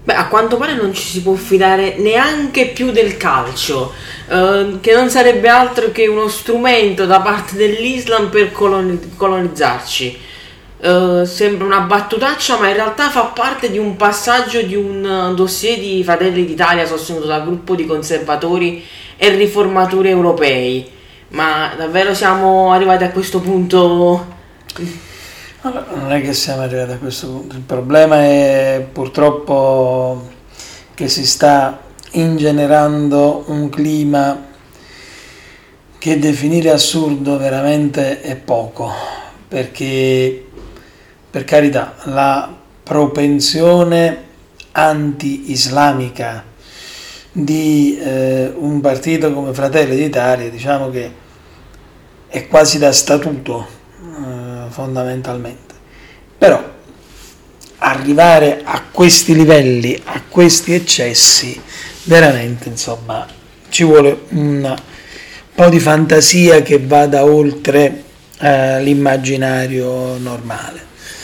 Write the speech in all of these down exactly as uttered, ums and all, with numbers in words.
Beh, a quanto pare non ci si può fidare neanche più del calcio, eh, che non sarebbe altro che uno strumento da parte dell'Islam per coloni- colonizzarci. Eh, sembra una battutaccia, ma in realtà fa parte di un passaggio di un eh, dossier di Fratelli d'Italia sostenuto dal gruppo di conservatori e riformatori europei. Ma davvero siamo arrivati a questo punto? Allora, non è che siamo arrivati a questo punto, il problema è purtroppo che si sta ingenerando un clima che definire assurdo veramente è poco, perché per carità la propensione anti-islamica di eh, un partito come Fratelli d'Italia, diciamo che è quasi da statuto, fondamentalmente. Però arrivare a questi livelli, a questi eccessi, veramente insomma ci vuole un po' di fantasia che vada oltre eh, l'immaginario normale.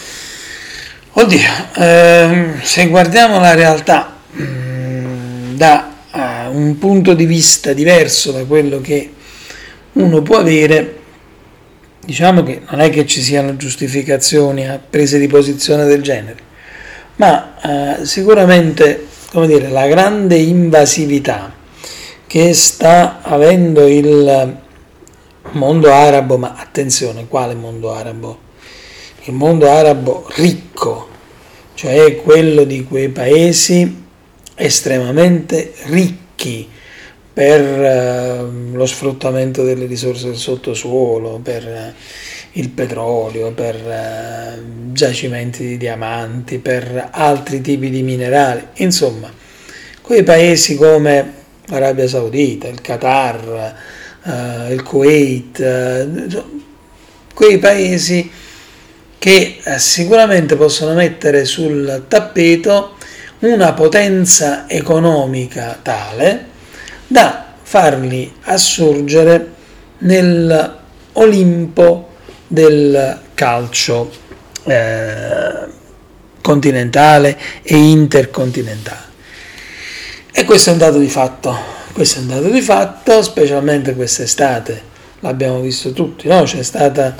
Oddio, ehm, se guardiamo la realtà mh, da eh, un punto di vista diverso da quello che uno può avere, diciamo che non è che ci siano giustificazioni a prese di posizione del genere, ma eh, sicuramente, come dire, la grande invasività che sta avendo il mondo arabo, ma attenzione, quale mondo arabo? Il mondo arabo ricco, cioè quello di quei paesi estremamente ricchi per eh, lo sfruttamento delle risorse del sottosuolo, per eh, il petrolio, per eh, giacimenti di diamanti, per altri tipi di minerali, insomma, quei paesi come l'Arabia Saudita, il Qatar, eh, il Kuwait, eh, quei paesi che eh, sicuramente possono mettere sul tappeto una potenza economica tale da farli assurgere nell'Olimpo del calcio eh, continentale e intercontinentale. E questo è un dato di fatto, questo è un dato di fatto, specialmente quest'estate, l'abbiamo visto tutti, no? C'è stata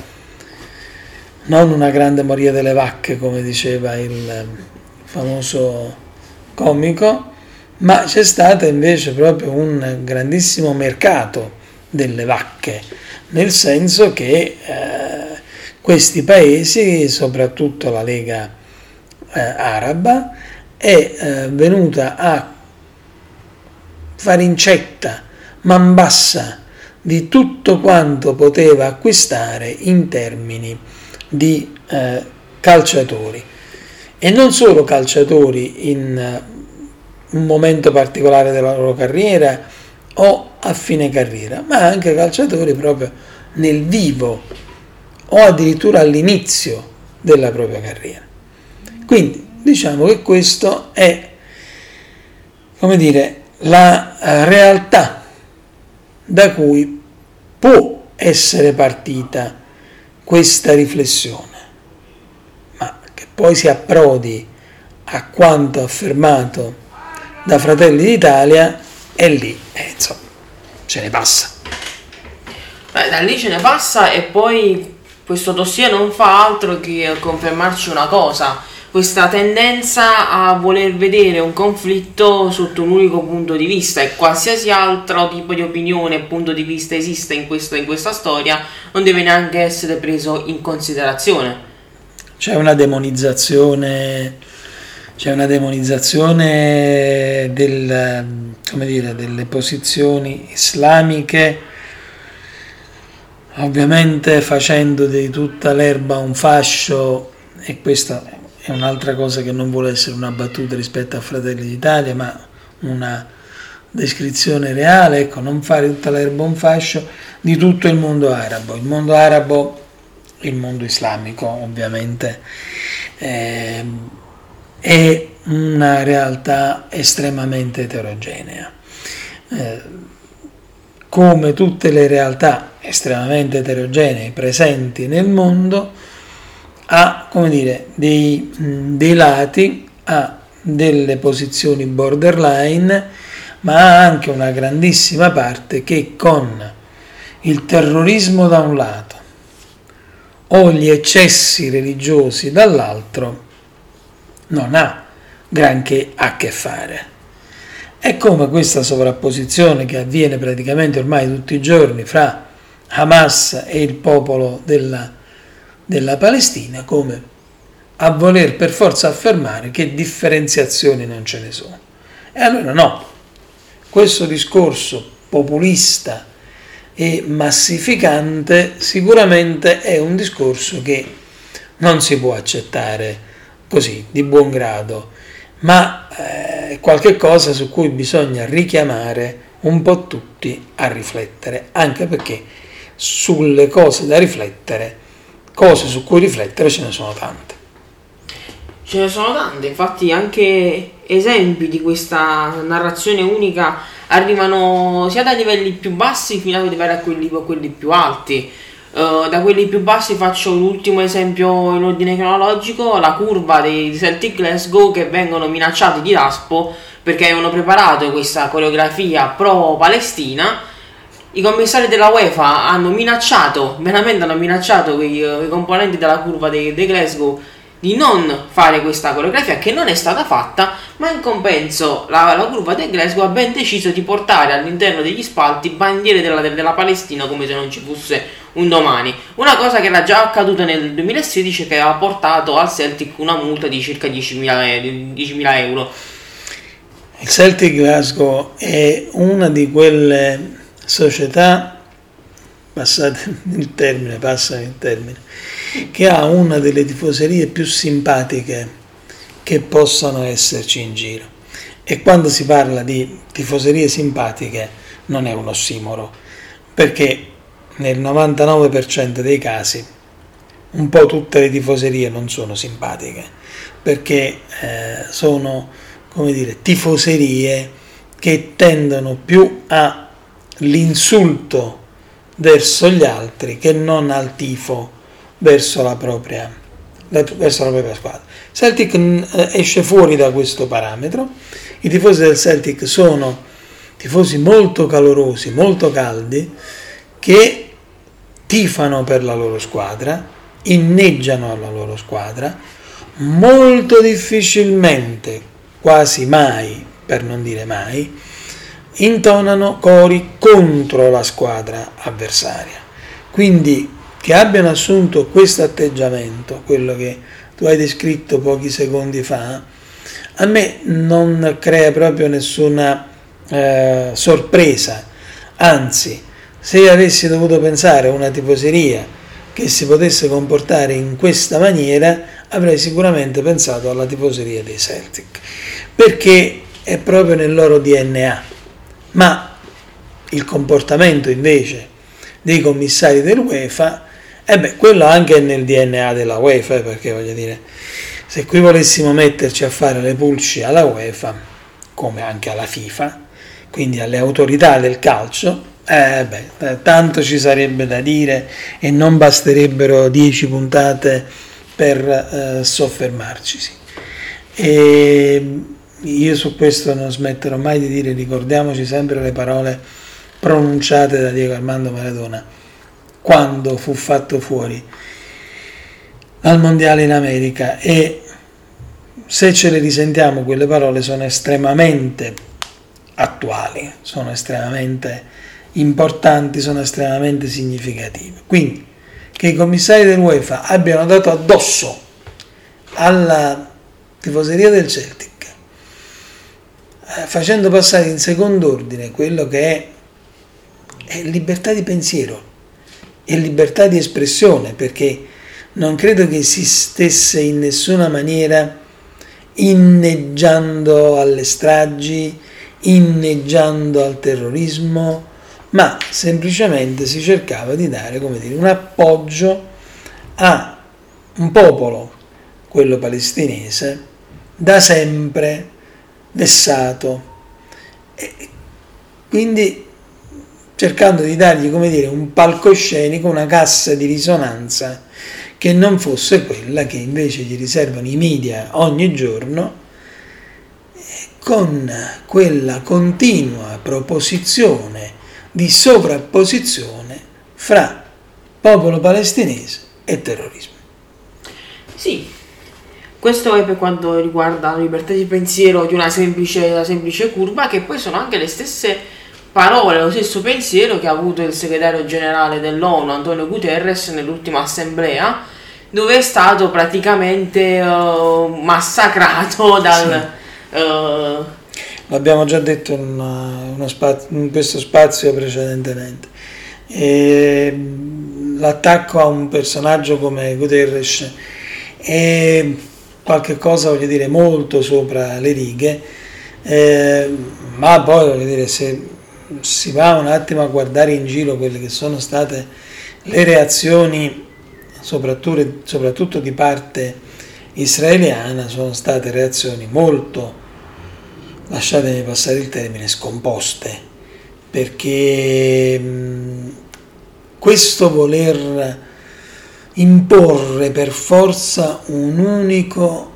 non una grande moria delle vacche, come diceva il famoso comico, ma c'è stato invece proprio un grandissimo mercato delle vacche, nel senso che eh, questi paesi, soprattutto la Lega eh, Araba, è eh, venuta a fare incetta, man bassa, di tutto quanto poteva acquistare in termini di eh, calciatori, e non solo calciatori in un momento particolare della loro carriera o a fine carriera, ma anche calciatori proprio nel vivo o addirittura all'inizio della propria carriera. Quindi diciamo che questo è, come dire, la realtà da cui può essere partita questa riflessione, ma che poi si approdi a quanto affermato da Fratelli d'Italia, e lì, eh, insomma, ce ne passa. Beh, da lì ce ne passa, e poi questo dossier non fa altro che confermarci una cosa: questa tendenza a voler vedere un conflitto sotto un unico punto di vista, e qualsiasi altro tipo di opinione e punto di vista esiste in, questo, in questa storia non deve neanche essere preso in considerazione. C'è una demonizzazione c'è una demonizzazione del, come dire, delle posizioni islamiche, ovviamente facendo di tutta l'erba un fascio, e questa è un'altra cosa che non vuole essere una battuta rispetto a Fratelli d'Italia, ma una descrizione reale. Ecco, non fare tutta l'erba un fascio di tutto il mondo arabo. Il mondo arabo, il mondo islamico ovviamente, eh, è una realtà estremamente eterogenea. Eh, come tutte le realtà estremamente eterogenee presenti nel mondo, ha, come dire, dei, dei lati, ha delle posizioni borderline, ma ha anche una grandissima parte che con il terrorismo da un lato o gli eccessi religiosi dall'altro non ha granché a che fare. È come questa sovrapposizione che avviene praticamente ormai tutti i giorni fra Hamas e il popolo della, della Palestina, come a voler per forza affermare che differenziazioni non ce ne sono. E allora no, questo discorso populista e massificante sicuramente è un discorso che non si può accettare così di buon grado, ma è eh, qualche cosa su cui bisogna richiamare un po' tutti a riflettere, anche perché sulle cose da riflettere, cose su cui riflettere ce ne sono tante. Ce ne sono tante, infatti anche esempi di questa narrazione unica arrivano sia dai livelli più bassi fino ad arrivare a quelli, a quelli più alti. Uh, da quelli più bassi faccio l'ultimo esempio in ordine cronologico, la curva dei Celtic Glasgow, che vengono minacciati di Daspo perché avevano preparato questa coreografia pro-Palestina. I commissari della UEFA hanno minacciato, veramente hanno minacciato quei, uh, i componenti della curva dei, dei Glasgow di non fare questa coreografia, che non è stata fatta, ma in compenso la, la curva del Glasgow ha ben deciso di portare all'interno degli spalti bandiere della, della Palestina come se non ci fosse un domani, una cosa che era già accaduta nel duemilasedici, che aveva portato al Celtic una multa di circa diecimila euro. Il Celtic Glasgow è una di quelle società, passate il termine, passano il termine, che ha una delle tifoserie più simpatiche che possano esserci in giro. E quando si parla di tifoserie simpatiche non è un ossimoro, perché nel novantanove per cento dei casi un po' tutte le tifoserie non sono simpatiche, perché eh, sono, come dire, tifoserie che tendono più all'insulto verso gli altri che non al tifo verso la propria, verso la propria squadra. Celtic esce fuori da questo parametro. I tifosi del Celtic sono tifosi molto calorosi, molto caldi, che tifano per la loro squadra, inneggiano alla loro squadra, molto difficilmente, quasi mai, per non dire mai, intonano cori contro la squadra avversaria. Quindi che abbiano assunto questo atteggiamento, quello che tu hai descritto pochi secondi fa, a me non crea proprio nessuna eh, sorpresa. Anzi, se avessi dovuto pensare a una tifoseria che si potesse comportare in questa maniera, avrei sicuramente pensato alla tifoseria dei Celtic, perché è proprio nel loro D N A. Ma il comportamento invece dei commissari dell'UEFA, e beh, quello anche è nel D N A della UEFA, perché voglio dire, se qui volessimo metterci a fare le pulci alla UEFA, come anche alla FIFA, quindi alle autorità del calcio, eh beh, tanto ci sarebbe da dire e non basterebbero dieci puntate per eh, soffermarcisi. E io su questo non smetterò mai di dire, ricordiamoci sempre le parole pronunciate da Diego Armando Maradona quando fu fatto fuori al mondiale in America, e se ce le risentiamo quelle parole sono estremamente attuali, sono estremamente importanti, sono estremamente significative. Quindi che i commissari dell'UEFA abbiano dato addosso alla tifoseria del Celtic, eh, facendo passare in secondo ordine quello che è, è libertà di pensiero e libertà di espressione, perché non credo che si stesse in nessuna maniera inneggiando alle stragi, inneggiando al terrorismo, ma semplicemente si cercava di dare, come dire, un appoggio a un popolo, quello palestinese, da sempre vessato, e quindi cercando di dargli, come dire, un palcoscenico, una cassa di risonanza che non fosse quella che invece gli riservano i media ogni giorno, con quella continua proposizione di sovrapposizione fra popolo palestinese e terrorismo. Sì, questo è per quanto riguarda la libertà di pensiero di una semplice, una semplice curva, che poi sono anche le stesse parole, lo stesso pensiero che ha avuto il segretario generale dell'ONU Antonio Guterres nell'ultima assemblea, dove è stato praticamente uh, massacrato dal... Sì. Uh, L'abbiamo già detto in, una, uno spazio, in questo spazio precedentemente. E l'attacco a un personaggio come Guterres è qualche cosa, voglio dire, molto sopra le righe, eh, ma poi, voglio dire, se si va un attimo a guardare in giro quelle che sono state le reazioni, soprattutto, soprattutto di parte israeliana, sono state reazioni molto, lasciatemi passare il termine, scomposte, perché mh, questo voler imporre per forza un unico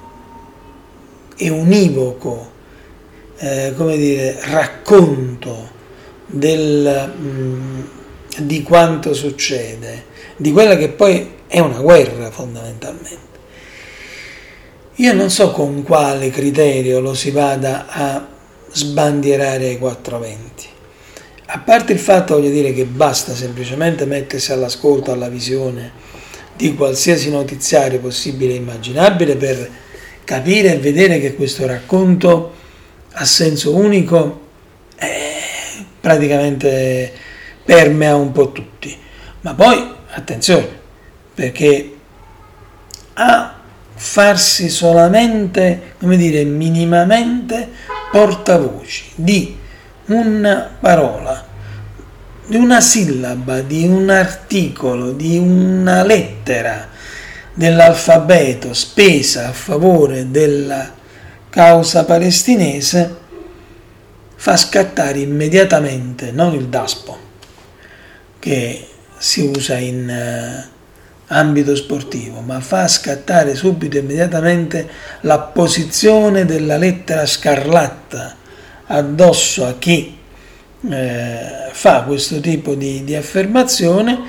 e univoco eh, come dire, racconto del, mh, di quanto succede, di quella che poi è una guerra fondamentalmente. Io non so con quale criterio lo si vada a sbandierare ai quattro venti. A parte il fatto, voglio dire, che basta semplicemente mettersi all'ascolto, alla visione di qualsiasi notiziario possibile e immaginabile per capire e vedere che questo racconto a senso unico eh, praticamente permea un po' tutti. Ma poi, attenzione, perché a farsi solamente, come dire, minimamente portavoci di una parola, di una sillaba, di un articolo, di una lettera dell'alfabeto spesa a favore della causa palestinese, fa scattare immediatamente non il daspo che si usa in uh, ambito sportivo, ma fa scattare subito immediatamente l'apposizione della lettera scarlatta addosso a chi eh, fa questo tipo di, di affermazione,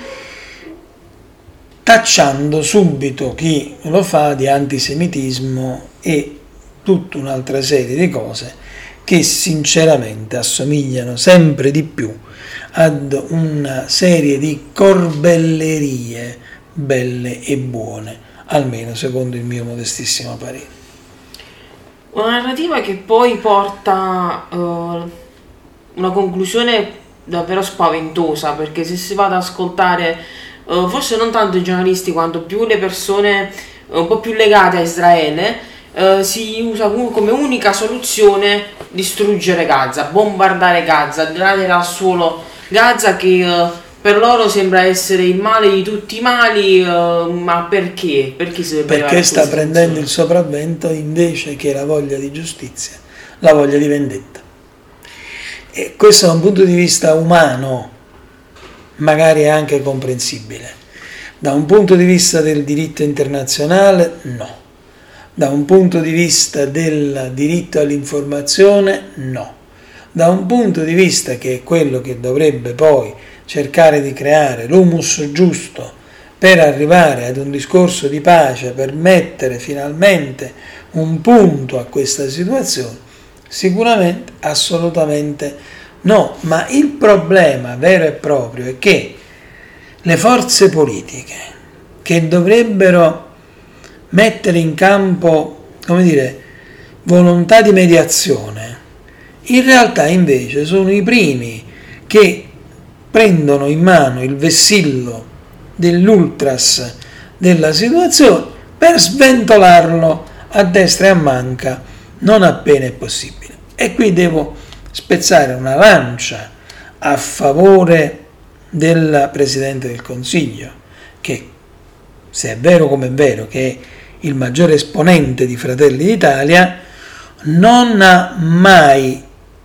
tacciando subito chi lo fa di antisemitismo e tutta un'altra serie di cose che sinceramente assomigliano sempre di più ad una serie di corbellerie belle e buone, almeno secondo il mio modestissimo parere. Una narrativa che poi porta uh, una conclusione davvero spaventosa, perché se si va ad ascoltare uh, forse non tanto i giornalisti quanto più le persone uh, un po' più legate a Israele, uh, si usa come unica soluzione distruggere Gaza, bombardare Gaza, dare al suolo Gaza, che uh, per loro sembra essere il male di tutti i mali, uh, ma perché? Perché, si perché sta prendendo il sopravvento invece che la voglia di giustizia, la voglia di vendetta. E questo da un punto di vista umano magari è anche comprensibile, da un punto di vista del diritto internazionale no, da un punto di vista del diritto all'informazione no, da un punto di vista che è quello che dovrebbe poi cercare di creare l'humus giusto per arrivare ad un discorso di pace, per mettere finalmente un punto a questa situazione, sicuramente assolutamente no. Ma il problema vero e proprio è che le forze politiche che dovrebbero mettere in campo, come dire, volontà di mediazione, in realtà invece sono i primi che prendono in mano il vessillo dell'ultras della situazione per sventolarlo a destra e a manca non appena è possibile. E qui devo spezzare una lancia a favore del Presidente del Consiglio, che, se è vero come è vero che è il maggiore esponente di Fratelli d'Italia, non ha mai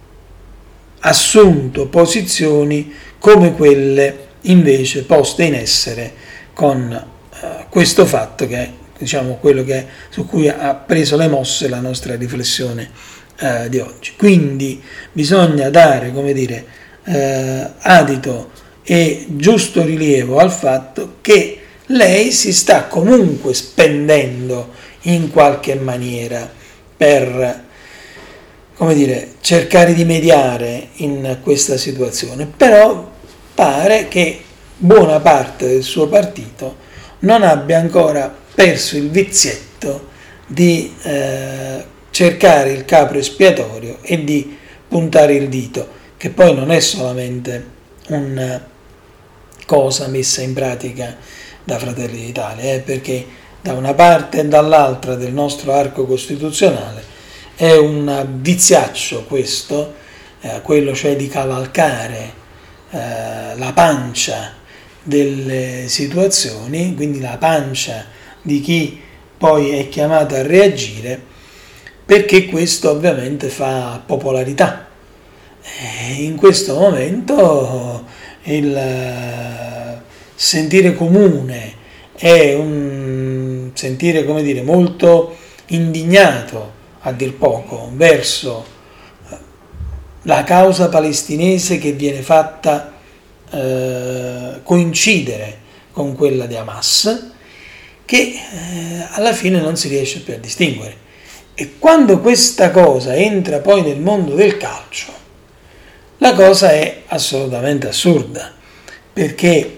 assunto posizioni come quelle invece poste in essere con uh, questo fatto che è, diciamo, quello che è, su cui ha preso le mosse la nostra riflessione eh, di oggi. Quindi bisogna dare, come dire, eh, adito e giusto rilievo al fatto che lei si sta comunque spendendo in qualche maniera per, come dire, cercare di mediare in questa situazione, però pare che buona parte del suo partito non abbia ancora perso il vizietto di eh, cercare il capro espiatorio e di puntare il dito, che poi non è solamente una cosa messa in pratica da Fratelli d'Italia, eh, perché da una parte e dall'altra del nostro arco costituzionale è un viziaccio questo, eh, quello cioè di cavalcare eh, la pancia delle situazioni, quindi la pancia di chi poi è chiamato a reagire, perché questo ovviamente fa popolarità. E in questo momento il sentire comune è un sentire, come dire, molto indignato a dir poco verso la causa palestinese che viene fatta eh, coincidere con quella di Hamas, che eh, alla fine non si riesce più a distinguere. E quando questa cosa entra poi nel mondo del calcio, la cosa è assolutamente assurda, perché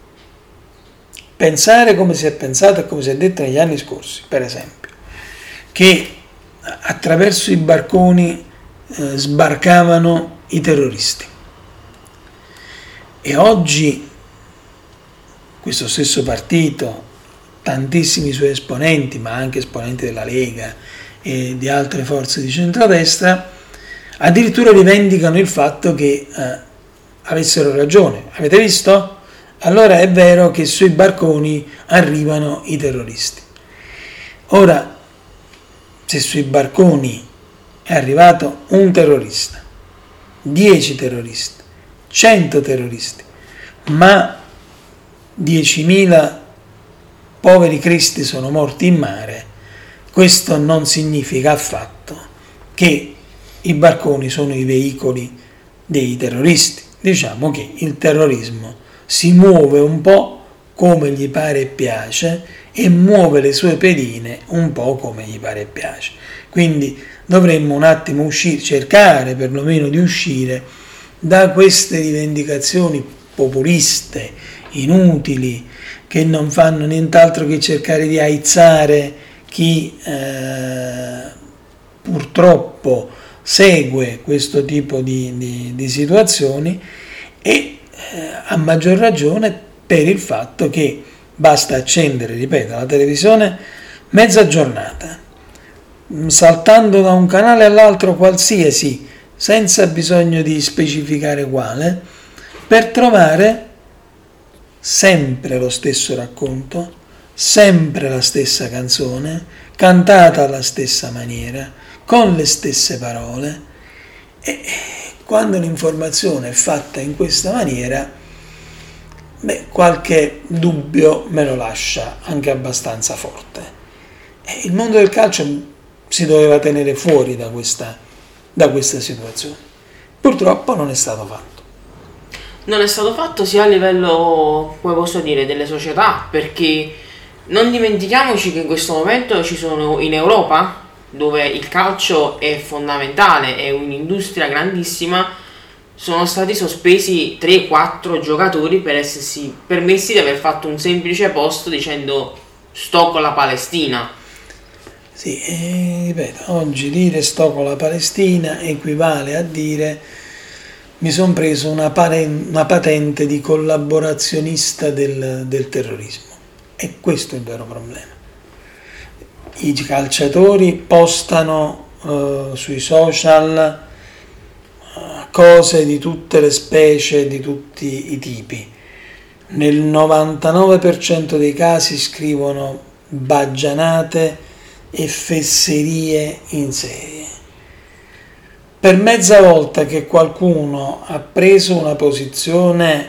pensare come si è pensato e come si è detto negli anni scorsi, per esempio, che attraverso i barconi eh, sbarcavano i terroristi, e oggi questo stesso partito, tantissimi suoi esponenti, ma anche esponenti della Lega e di altre forze di centrodestra, addirittura rivendicano il fatto che eh, avessero ragione. Avete visto? Allora è vero che sui barconi arrivano i terroristi. Ora, se sui barconi è arrivato un terrorista, dieci terroristi, cento terroristi, ma diecimila poveri cristi sono morti in mare, questo non significa affatto che i barconi sono i veicoli dei terroristi. Diciamo che il terrorismo si muove un po' come gli pare e piace e muove le sue pedine un po' come gli pare e piace. Quindi dovremmo un attimo uscire, cercare perlomeno di uscire da queste rivendicazioni populiste, inutili, che non fanno nient'altro che cercare di aizzare chi eh, purtroppo segue questo tipo di, di, di situazioni, e eh, a maggior ragione per il fatto che basta accendere, ripeto, la televisione mezza giornata, saltando da un canale all'altro qualsiasi, senza bisogno di specificare quale, per trovare sempre lo stesso racconto, sempre la stessa canzone, cantata alla stessa maniera, con le stesse parole. E quando l'informazione è fatta in questa maniera, beh, qualche dubbio me lo lascia anche abbastanza forte. E il mondo del calcio si doveva tenere fuori da questa, da questa situazione. Purtroppo non è stato fatto. Non è stato fatto sia a livello, come posso dire, delle società, perché non dimentichiamoci che in questo momento ci sono in Europa, dove il calcio è fondamentale, è un'industria grandissima, sono stati sospesi tre quattro giocatori per essersi permessi di aver fatto un semplice post dicendo sto con la Palestina. Sì, e, ripeto, oggi dire sto con la Palestina equivale a dire mi sono preso una, pare- una patente di collaborazionista del, del terrorismo. E questo è il vero problema. I calciatori postano uh, sui social uh, cose di tutte le specie, di tutti i tipi. Nel novantanove per cento dei casi scrivono baggianate e fesserie in serie. Per mezza volta che qualcuno ha preso una posizione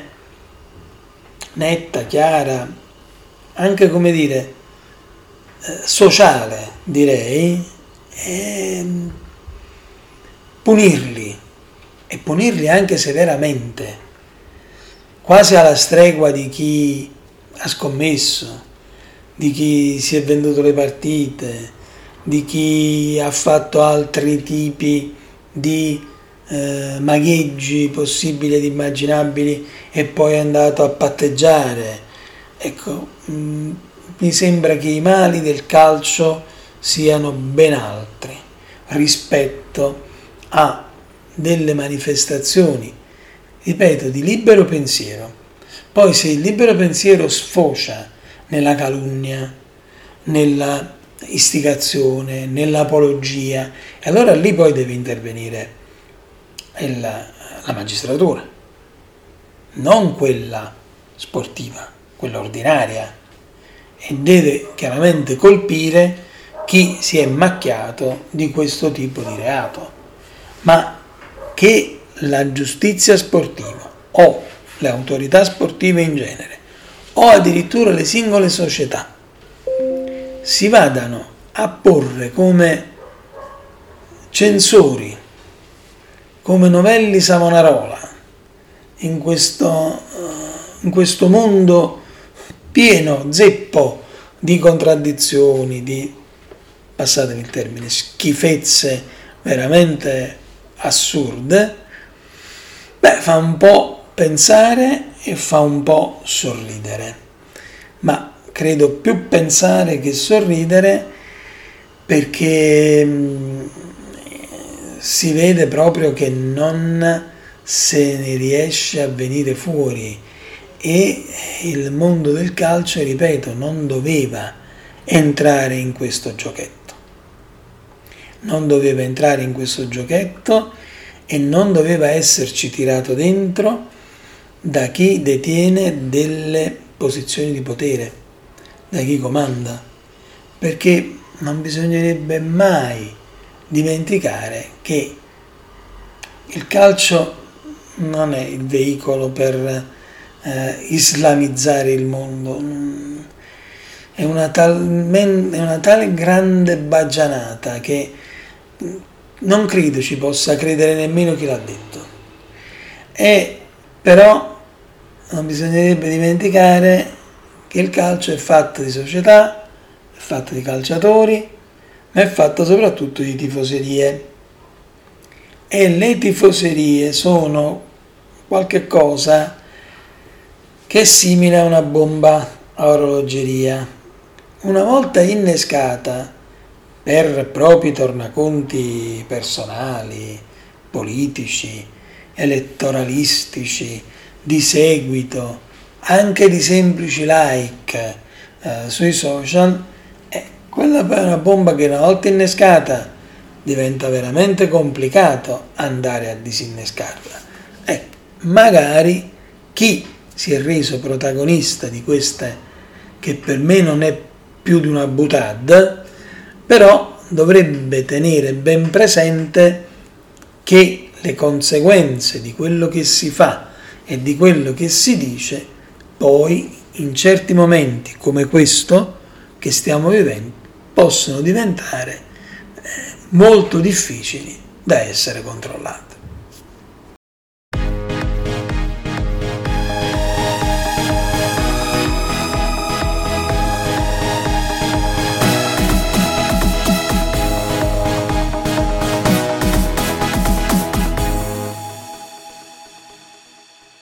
netta, chiara, anche, come dire, eh, sociale, direi, eh, punirli e punirli anche severamente, quasi alla stregua di chi ha scommesso, di chi si è venduto le partite, di chi ha fatto altri tipi di eh, magheggi possibili ed immaginabili e poi è andato a patteggiare. Ecco, mh, mi sembra che i mali del calcio siano ben altri rispetto a delle manifestazioni, ripeto, di libero pensiero. Poi se il libero pensiero sfocia nella calunnia, nella istigazione, nell'apologia, e allora lì poi deve intervenire la, la magistratura, non quella sportiva, quella ordinaria, e deve chiaramente colpire chi si è macchiato di questo tipo di reato. Ma che la giustizia sportiva o le autorità sportive in genere o addirittura le singole società si vadano a porre come censori, come Novelli Savonarola in questo, in questo mondo pieno, zeppo di contraddizioni, di, passatemi il termine, schifezze veramente assurde, beh, fa un po' pensare e fa un po' sorridere, ma credo più pensare che sorridere, perché mh, si vede proprio che non se ne riesce a venire fuori, e il mondo del calcio, ripeto, non doveva entrare in questo giochetto. Non doveva entrare in questo giochetto e non doveva esserci tirato dentro da chi detiene delle posizioni di potere, da chi comanda, perché non bisognerebbe mai dimenticare che il calcio non è il veicolo per eh, islamizzare il mondo, è una, tal, è una tale grande baggianata che non credo ci possa credere nemmeno chi l'ha detto. E però non bisognerebbe dimenticare che il calcio è fatto di società, è fatto di calciatori, ma è fatto soprattutto di tifoserie, e le tifoserie sono qualche cosa che è simile a una bomba a orologeria. Una volta innescata per propri tornaconti personali, politici, elettoralistici, di seguito, anche di semplici like eh, sui social, eh, quella poi è una bomba che una volta innescata diventa veramente complicato andare a disinnescarla. Eh, magari chi si è reso protagonista di queste, che per me non è più di una boutade, però dovrebbe tenere ben presente che le conseguenze di quello che si fa e di quello che si dice poi in certi momenti come questo che stiamo vivendo possono diventare eh, molto difficili da essere controllati.